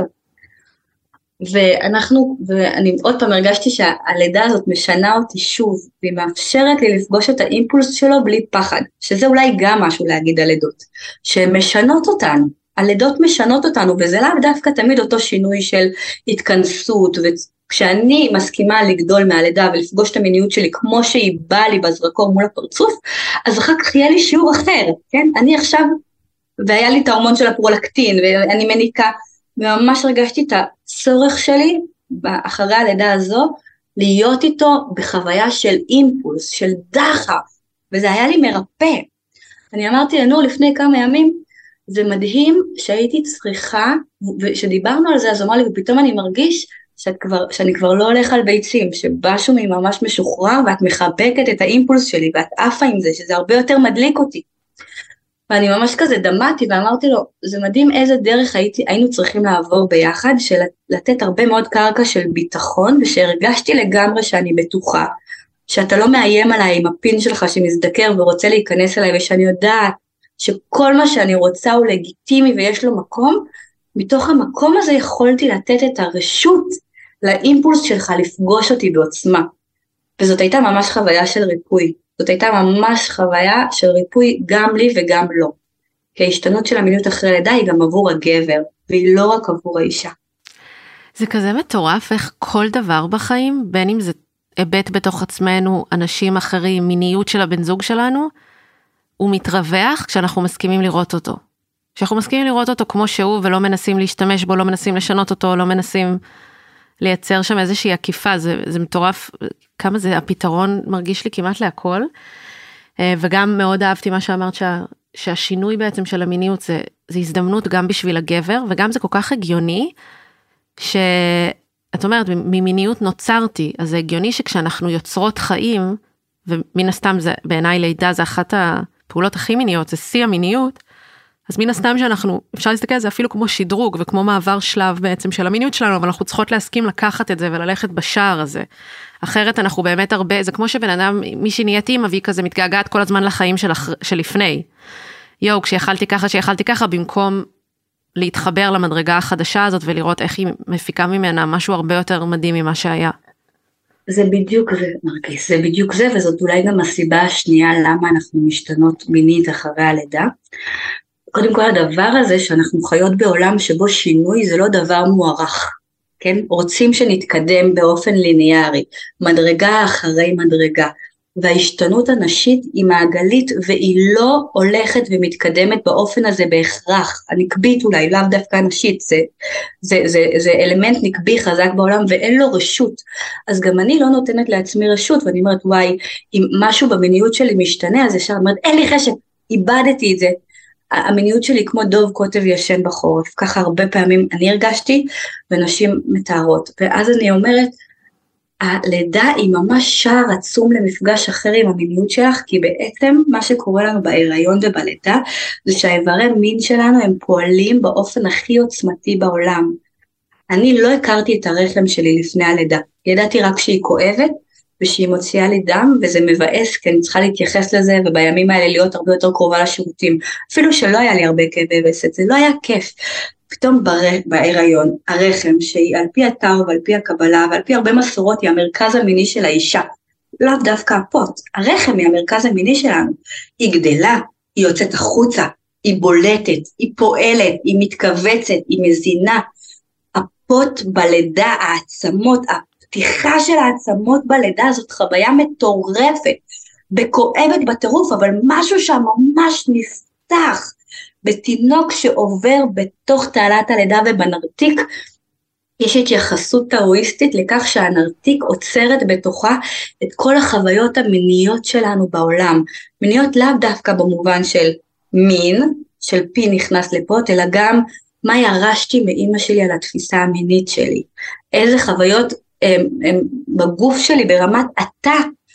ואני עוד פעם הרגשתי שהלידה הזאת משנה אותי שוב, והיא מאפשרת לי לפגוש את האימפולס שלו בלי פחד, שזה אולי גם משהו להגיד על לידות, שהן משנות אותנו, הלידות משנות אותנו, וזה לאו דווקא תמיד אותו שינוי של התכנסות, וכשאני מסכימה לגדול מהלידה ולפגוש את המיניות שלי כמו שהיא באה לי בזרקור מול הפרצוף, אז אחר כך יהיה לי שיעור אחר, כן? אני עכשיו, והיה לי את ההורמון של הפרולקטין, ואני מניקה, וממש הרגשתי את הצורך שלי, אחרי הלידה הזו, להיות איתו בחוויה של אימפולס, של דחף, וזה היה לי מרפא. אני אמרתי לנור לפני כמה ימים, זה מדהים שהייתי צריכה, ושדיברנו על זה, אז אמר לי, ופתאום אני מרגיש שאני כבר לא הולך על ביצים, שבשו ממש משוחרר, ואת מחבקת את האימפולס שלי, ואת עפה עם זה, שזה הרבה יותר מדליק אותי. ואני ממש כזה דמעתי ואמרתי לו, זה מדהים איזה דרך היינו צריכים לעבור ביחד, של לתת הרבה מאוד קרקע של ביטחון, ושהרגשתי לגמרי שאני בטוחה, שאתה לא מאיים עליי עם הפין שלך שמזדקר ורוצה להיכנס אליי, ושאני יודעת שכל מה שאני רוצה הוא לגיטימי ויש לו מקום, מתוך המקום הזה יכולתי לתת את הרשות לאימפולס שלך לפגוש אותי בעוצמה. וזאת הייתה ממש חוויה של ריפוי. זאת הייתה ממש חוויה של ריפוי גם לי וגם לו. כי ההשתנות של המיניות אחרי לידה היא גם עבור הגבר, והיא לא רק עבור האישה. זה כזה מטורף איך כל דבר בחיים, בין אם זה היבט בתוך עצמנו, אנשים אחרים, מיניות של הבן זוג שלנו, הוא מתרווח כשאנחנו מסכימים לראות אותו. כשאנחנו מסכימים לראות אותו כמו שהוא, ולא מנסים להשתמש בו, לא מנסים לשנות אותו, לא מנסים לייצר שם איזושהי עקיפה, זה מטורף, כמה זה הפתרון מרגיש לי כמעט להכל, וגם מאוד אהבתי מה שאמרת, שהשינוי בעצם של המיניות, זה הזדמנות גם בשביל הגבר, וגם זה כל כך הגיוני, שאת אומרת, ממיניות נוצרתי, אז זה הגיוני שכשאנחנו יוצרות חיים, ומן הסתם זה, בעיניי לידה זה אחת הפעולות הכי מיניות, זה שיא המיניות, אז מן הסתם שאנחנו, אפשר להסתכל על זה אפילו כמו שדרוג, וכמו מעבר שלב בעצם של המיניות שלנו, אבל אנחנו צריכות להסכים לקחת את זה, וללכת בשער הזה. אחרת אנחנו באמת הרבה, זה כמו שבן אדם, מי שנהייתי אימא, והיא כזה מתגעגעת כל הזמן לחיים שלפני. כשיכלתי ככה, במקום להתחבר למדרגה החדשה הזאת, ולראות איך היא מפיקה ממנה משהו הרבה יותר מדהים ממה שהיה. זה בדיוק זה, מרגיש, זה בדיוק זה, וזאת אולי גם הסיבה השנייה, למה אנחנו משתנות מינית אחרי הלידה. קודם כל הדבר הזה שאנחנו חיות בעולם שבו שינוי זה לא דבר מוערך, כן? רוצים שנתקדם באופן ליניארי, מדרגה אחרי מדרגה, וההשתנות הנשית היא מעגלית והיא לא הולכת ומתקדמת באופן הזה בהכרח, הנקבית אולי, לאו דווקא נשית, זה אלמנט נקבי חזק בעולם ואין לו רשות, אז גם אני לא נותנת לעצמי רשות, ואני אומרת וואי, אם משהו במיניות שלי משתנה, אז ישר אומרת, אין לי חשב, איבדתי את זה, המיניות שלי כמו דוב קוטב ישן בחורף, ככה הרבה פעמים אני הרגשתי, ונשים מתארות, ואז אני אומרת, הלידה היא ממש שער עצום למפגש אחר עם המיניות שלך, כי בעצם מה שקורה לנו בהיריון ובלידה, זה שהאיברי מין שלנו הם פועלים באופן הכי עוצמתי בעולם, אני לא הכרתי את הרחם שלי לפני הלידה, ידעתי רק שהיא כואבת, ושהיא מוציאה לי דם, וזה מבאס, כי אני צריכה להתייחס לזה, ובימים האלה להיות הרבה יותר קרובה לשירותים, אפילו שלא היה לי הרבה כאבי וסת, זה לא היה כיף. פתאום בהיריון, הרחם, שהיא על פי התאו ועל פי הקבלה, ועל פי הרבה מסורות, היא המרכז המיני של האישה, לאו דווקא הפות, הרחם היא המרכז המיני שלנו, היא גדלה, היא יוצאת החוצה, היא בולטת, היא פועלת, היא מתכווצת, היא מזינה, הפות בלידה, העצמות, הפתיחה של העצמות בלידה, זאת חוויה מטורפת, בכואבת בטירוף, אבל משהו שם ממש נפתח, בתינוק שעובר בתוך תעלת הלידה ובנרתיק, יש התייחסות טאואיסטית לכך שהנרתיק עוצרת בתוכה את כל החוויות המיניות שלנו בעולם, מיניות לאו דווקא במובן של מין, של פי נכנס לפות, אלא גם מה ירשתי מאמא שלי על התפיסה המינית שלי, איזה חוויות הם בגוף שלי ברמת עתה,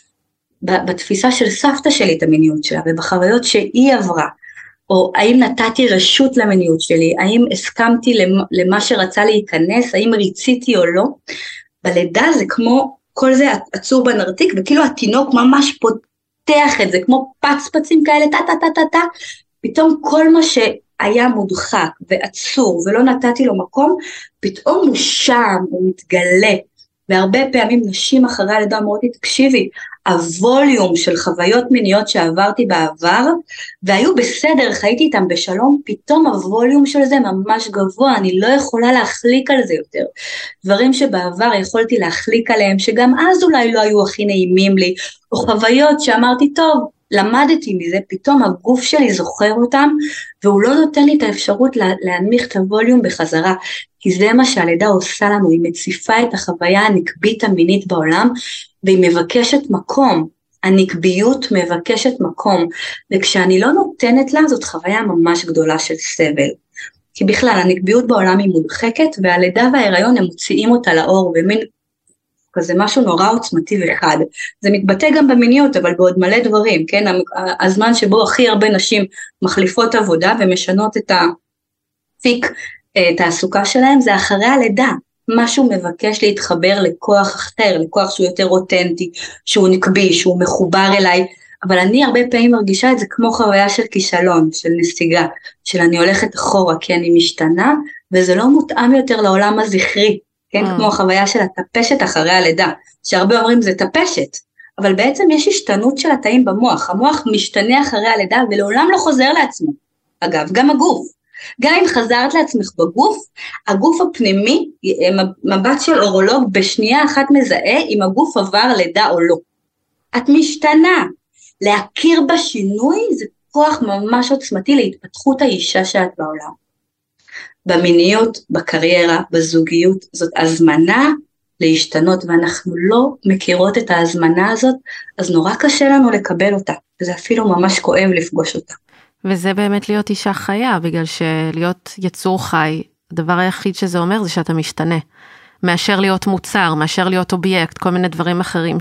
בתפיסה של סבתא שלי את המיניות שלה, ובחוויות שהיא עברה, או האם נתתי רשות למיניות שלי, האם הסכמתי למה שרצה להיכנס, האם ריציתי או לא, בלידה זה כמו, כל זה עצור בנרתיק, וכאילו התינוק ממש פותח את זה, כמו פצפצים כאלה, טה, פתאום כל מה שהיה מודחק ועצור, ולא נתתי לו מקום, פתאום הוא שם, הוא מתגלה, והרבה פעמים נשים אחרי הלידה אמרות לי, תקשיבי, הווליום של חוויות מיניות שעברתי בעבר, והיו בסדר, חייתי איתם בשלום, פתאום הווליום של זה ממש גבוה, אני לא יכולה להחליק על זה יותר. דברים שבעבר יכולתי להחליק עליהם, שגם אז אולי לא היו הכי נעימים לי, או חוויות שאמרתי, טוב, למדתי מזה, פתאום הגוף שלי זוכר אותם, והוא לא נותן לי את האפשרות להנמיך את הווליום בחזרה, כי זה מה שהלידה עושה לנו, היא מציפה את החוויה הנקבית המינית בעולם, והיא מבקשת מקום, הנקביות מבקשת מקום, וכשאני לא נותנת לה, זאת חוויה ממש גדולה של סבל, כי בכלל הנקביות בעולם היא מודחקת, והלידה וההיריון הם מוציאים אותה לאור, במין כזה משהו נורא עוצמתי וחד, זה מתבטא גם במיניות, אבל בעוד מלא דברים, כן, הזמן שבו הכי הרבה נשים מחליפות עבודה, ומשנות את הפיק תעסוקה שלהם, זה אחרי הלידה, משהו מבקש להתחבר לכוח אחר, לכוח שהוא יותר אותנטי, שהוא נקבי, שהוא מחובר אליי, אבל אני הרבה פעמים מרגישה את זה כמו חוויה של כישלון, של נסיגה, של אני הולכת אחורה כי אני משתנה, וזה לא מותאם יותר לעולם הזכרי, כן? כמו החוויה של הטפשת אחרי הלידה, שהרבה אומרים זה טפשת, אבל בעצם יש השתנות של התאים במוח, המוח משתנה אחרי הלידה ולעולם לא חוזר לעצמו, אגב, גם הגוף, גם אם חזרת לעצמך בגוף, הגוף הפנימי, מבט של אורולוג בשנייה אחת מזהה אם הגוף עבר לידה או לא. את משתנה, להכיר בשינוי זה כוח ממש עוצמתי להתפתחות האישה שאת בעולם. במיניות, בקריירה, בזוגיות, זאת הזמנה להשתנות, ואנחנו לא מכירות את ההזמנה הזאת, אז נורא קשה לנו לקבל אותה, וזה אפילו ממש כואב לפגוש אותה. וזה באמת להיות אישה חיה, בגלל שלהיות יצור חי, הדבר היחיד שזה אומר זה שאתה משתנה, מאשר להיות מוצר, מאשר להיות אובייקט, כל מיני דברים אחרים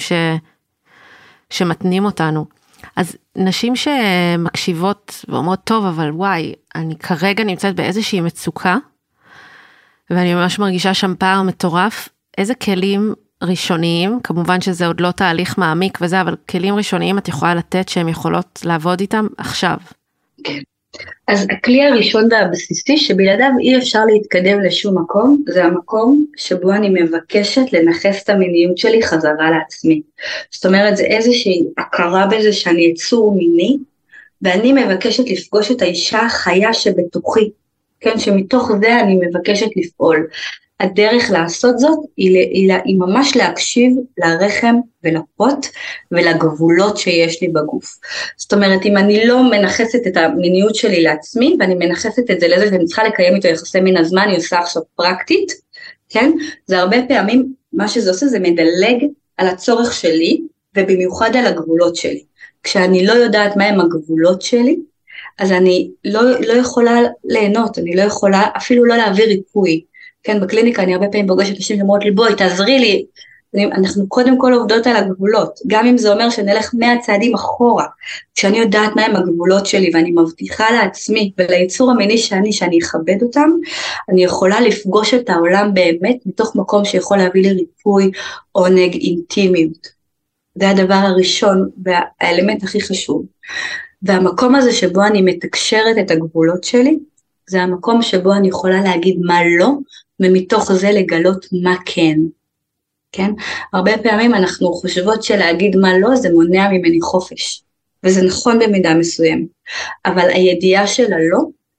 שמתנים אותנו. אז נשים שמקשיבות ואומרות, טוב, אבל וואי, אני כרגע נמצאת באיזושהי מצוקה, ואני ממש מרגישה שם פער מטורף, איזה כלים ראשוניים, כמובן שזה עוד לא תהליך מעמיק וזה, אבל כלים ראשוניים את יכולה לתת שהם יכולות לעבוד איתם עכשיו. כן. אז הכלי הראשון והבסיסי שבלעדיו אי אפשר להתקדם לשום מקום, זה המקום שבו אני מבקשת לנחס את המיניות שלי חזרה לעצמי. זאת אומרת, זה איזושהי הכרה בזה שאני יצור מיני, ואני מבקשת לפגוש את האישה החיה שבתוכי, כן, שמתוך זה אני מבקשת לפעול. הדרך לעשות זאת היא ממש להקשיב לרחם ולפות ולגבולות שיש לי בגוף. זאת אומרת, אם אני לא מנחסת את המיניות שלי לעצמי, ואני מנחסת את זה לזה שאני צריכה לקיים איתו יחסי מן הזמן, אני עושה עכשיו פרקטית, כן? זה הרבה פעמים, מה שזה עושה זה מדלג על הצורך שלי, ובמיוחד על הגבולות שלי. כשאני לא יודעת מהם הגבולות שלי, אז אני לא יכולה ליהנות, אני לא יכולה אפילו לא להעביר ריפוי. כן, בקליניקה אני הרבה פעמים פוגשת נשים שאומרות לי, בואי, תעזרי לי אנחנו קודם כל עובדות על הגבולות, גם אם זה אומר שנלך 100 צעדים אחורה, כשאני יודעת מהם הגבולות שלי, ואני מבטיחה לעצמי וליצור המיני שאני אכבד אותם, אני יכולה לפגוש את העולם באמת, מתוך מקום שיכול להביא לי ריפוי, עונג, אינטימיות. זה הדבר הראשון, והאלמנט הכי חשוב. והמקום הזה שבו אני מתקשרת את הגבולות שלי, זה המקום שבו אני יכולה להגיד מה לא, ומתוך זה לגלות מה כן. כן? הרבה פעמים אנחנו חושבות שלהגיד מה לא, זה מונע ממני חופש. וזה נכון במידה מסוים. אבל הידיעה של הלא,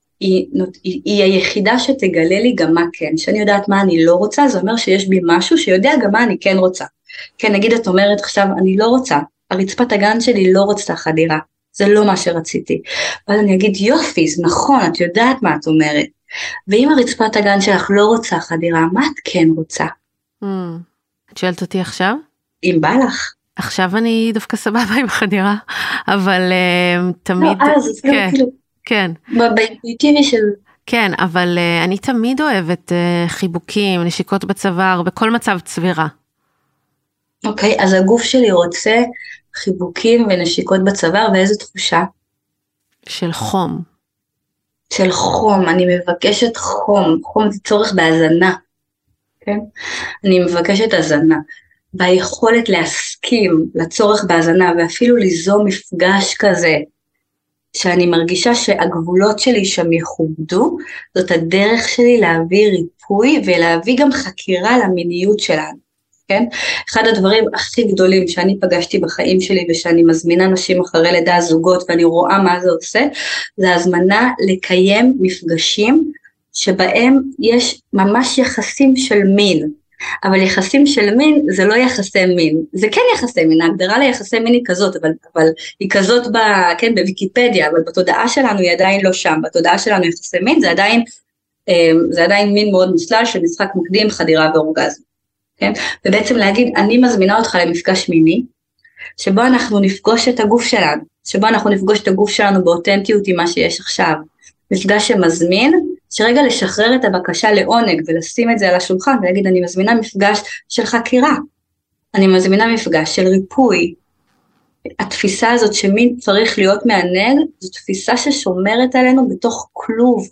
היא היחידה שתגלה לי גם מה כן. שאני יודעת מה אני לא רוצה, זה אומר שיש בי משהו שיודע גם מה אני כן רוצה. כן, נגיד את אומרת עכשיו, אני לא רוצה, הרצפת הגן שלי לא רוצה חדירה. זה לא מה שרציתי. אבל אני אגיד, יופי, זה נכון, את יודעת מה את אומרת. ואם הרצפת הגן שלך לא רוצה חדירה, מה את כן רוצה? את שואלת אותי עכשיו? אם בא לך. עכשיו אני דווקא סבבה עם חדירה, אבל תמיד... לא, אז כן, כאילו, כן. באינטואיטיבי של... כן, אבל אני תמיד אוהבת חיבוקים, נשיקות בצוואר, בכל מצב צבירה. אוקיי, אז הגוף שלי רוצה חיבוקים ונשיקות בצוואר, ואיזו תחושה? של חום. של חום, אני מבקשת חום, חום זה צורך בהזנה, כן? אני מבקשת הזנה, והיכולת להסכים לצורך בהזנה, ואפילו ליזום מפגש כזה, שאני מרגישה שהגבולות שלי שם יכובדו, זאת הדרך שלי להביא ריפוי, ולהביא גם חקירה למיניות שלנו. כן? אחד הדברים הכי גדולים שאני פגשתי בחיים שלי, ושאני מזמינה נשים אחרי לידה זוגות, ואני רואה מה זה עושה, זה הזמנה לקיים מפגשים, שבהם יש ממש יחסים של מין, אבל יחסים של מין זה לא יחסי מין, זה כן יחסי מין, ההגדרה ליחסי מין היא כזאת, אבל היא כזאת כן, בוויקיפדיה, אבל בתודעה שלנו היא עדיין לא שם, בתודעה שלנו יחסי מין זה עדיין מין מאוד מוסלל של משחק מקדים, חדירה ואורגזם. כן? ובעצם להגיד, אני מזמינה אותך למפגש מיני, שבו אנחנו נפגוש את הגוף שלנו, שבו אנחנו נפגוש את הגוף שלנו באותנטיות עם מה שיש עכשיו, מפגש שמזמין, שרגע לשחרר את הבקשה לעונג, ולשים את זה על השולחן, ולהגיד, אני מזמינה מפגש של חקירה, אני מזמינה מפגש של ריפוי, התפיסה הזאת שמין צריך להיות מענג, זו תפיסה ששומרת עלינו בתוך כלוב,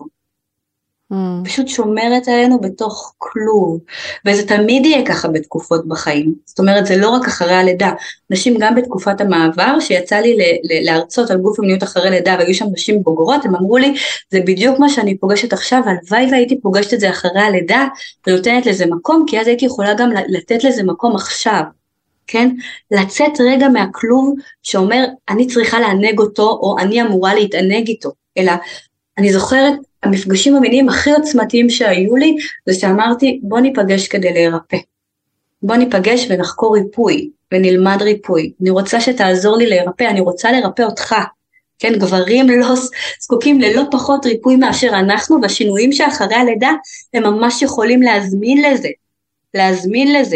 פשוט שומרת עלינו בתוך כלוב, וזה תמיד יהיה ככה בתקופות בחיים, זאת אומרת זה לא רק אחרי הלידה, נשים גם בתקופת המעבר, שיצא לי להרצות על גוף ומיניות אחרי לידה, והיו שם נשים בוגרות, הם אמרו לי, זה בדיוק מה שאני פוגשת עכשיו, הלוואי והייתי פוגשת את זה אחרי הלידה, ונותנת לזה מקום, כי אז הייתי יכולה גם לתת לזה מקום עכשיו, כן? לצאת רגע מהכלוב, שאומר, אני צריכה לענג אותו, או אני אמורה להתענג איתו, אלא אני זוכרת, המפגשים המיניים הכי עוצמתיים שהיו לי, זה שאמרתי, בוא ניפגש כדי להירפא. בוא ניפגש ונחקור ריפוי, ונלמד ריפוי. אני רוצה שתעזור לי להירפא, אני רוצה לרפא אותך. כן, גברים לא זקוקים ללא פחות ריפוי מאשר אנחנו, והשינויים שאחרי הלידה, הם ממש יכולים להזמין לזה. להזמין לזה.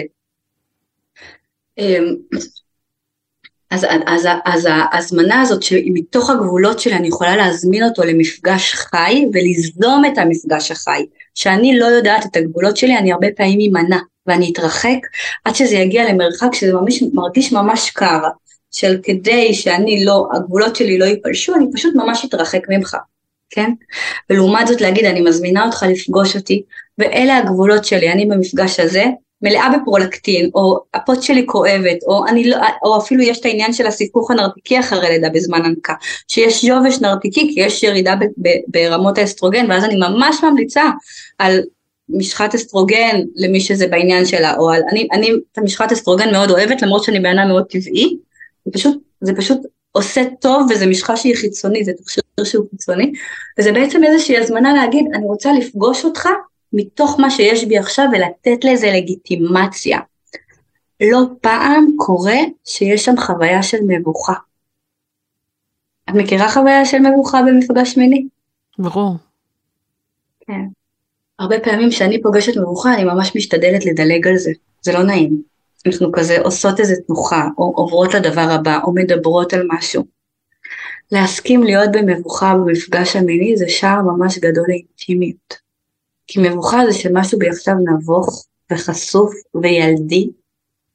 אז ההזמנה הזאת שמתוך הגבולות שלי אני יכולה להזמין אותו למפגש חי וליזום את המפגש החי, שאני לא יודעת את הגבולות שלי, אני הרבה פעמים אימנע ואני אתרחק עד שזה יגיע למרחק שזה מרגיש ממש קר, של כדי שאני לא, הגבולות שלי לא ייפלשו, אני פשוט ממש אתרחק ממך, כן? ולעומת זאת להגיד אני מזמינה אותך לפגוש אותי, ואלה הגבולות שלי, אני במפגש הזה, מלאה בפרולקטין, או הפוט שלי כואבת, או אפילו יש את העניין של הסיכוך הנרתיקי אחרי לידה בזמן הנקה, שיש יובש נרתיקי, כי יש ירידה ברמות האסטרוגן, ואז אני ממש ממליצה על משחת אסטרוגן למי שזה בעניין שלה, או אני את המשחת אסטרוגן מאוד אוהבת, למרות שאני בעינה מאוד טבעי, זה פשוט עושה טוב, וזה משחה שהיא חיצונית, זה תכשיר שהוא חיצוני, וזה בעצם איזושהי הזמנה להגיד, אני רוצה לפגוש אותך, מתוך מה שיש בי עכשיו, ולתת לזה לגיטימציה. לא פעם קורה שיש שם חוויה של מבוכה. את מכירה חוויה של מבוכה במפגש מיני? ברור. כן. הרבה פעמים שאני פוגשת מבוכה, אני ממש משתדלת לדלג על זה. זה לא נעים. אנחנו כזה עושות איזה תנוחה, או עוברות לדבר הבא, או מדברות על משהו. להסכים להיות במבוכה במפגש המיני, זה שער ממש גדול לאינטימיות. כי מבוכה זה שמשהו בי עכשיו נבוך וחשוף וילדי,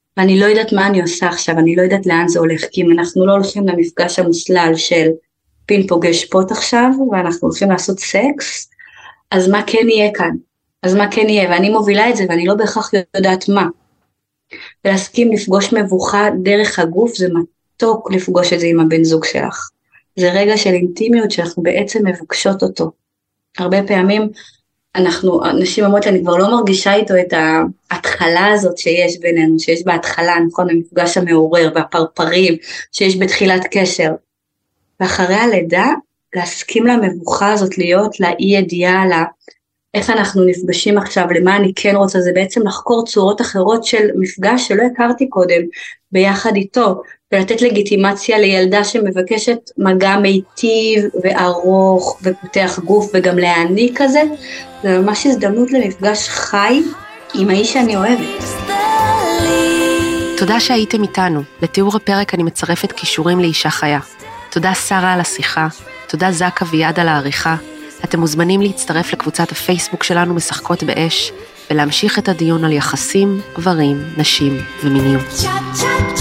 ואני לא יודעת מה אני עושה עכשיו, אני לא יודעת לאן זה הולך, כי אם אנחנו לא הולכים למפגש המוסלל של פין פוגש פוט עכשיו, ואנחנו הולכים לעשות סקס, אז מה כן יהיה כאן? אז מה כן יהיה? ואני מובילה את זה, ואני לא בהכרח יודעת מה. ולהסכים לפגוש מבוכה דרך הגוף, זה מתוק לפגוש את זה עם הבן זוג שלך. זה רגע של אינטימיות שאנחנו בעצם מבקשות אותו. הרבה פעמים נשים אומרות לי, אני כבר לא מרגישה איתו את ההתחלה הזאת שיש בינינו, שיש בהתחלה, נכון, המפגש המעורר והפרפרים שיש בתחילת קשר. ואחרי הלידה, להסכים למבוכה הזאת להיות, לאי ידיעה, איך אנחנו נפגשים עכשיו, למה אני כן רוצה, זה בעצם לחקור צורות אחרות של מפגש שלא הכרתי קודם, ביחד איתו, ולתת לגיטימציה לילדה שמבקשת מגע מיטיב וארוך ופותח גוף וגם להעניק כזה, זה ממש הזדמנות למפגש חי עם האיש שאני אוהבת. תודה שהייתם איתנו. לתיאור הפרק אני מצרפת קישורים לאישה חיה. תודה שרה על השיחה, תודה זקה ויד על העריכה. אתם מוזמנים להצטרף לקבוצת הפייסבוק שלנו משחקות באש, ולהמשיך את הדיון על יחסים, גברים, נשים ומיניות.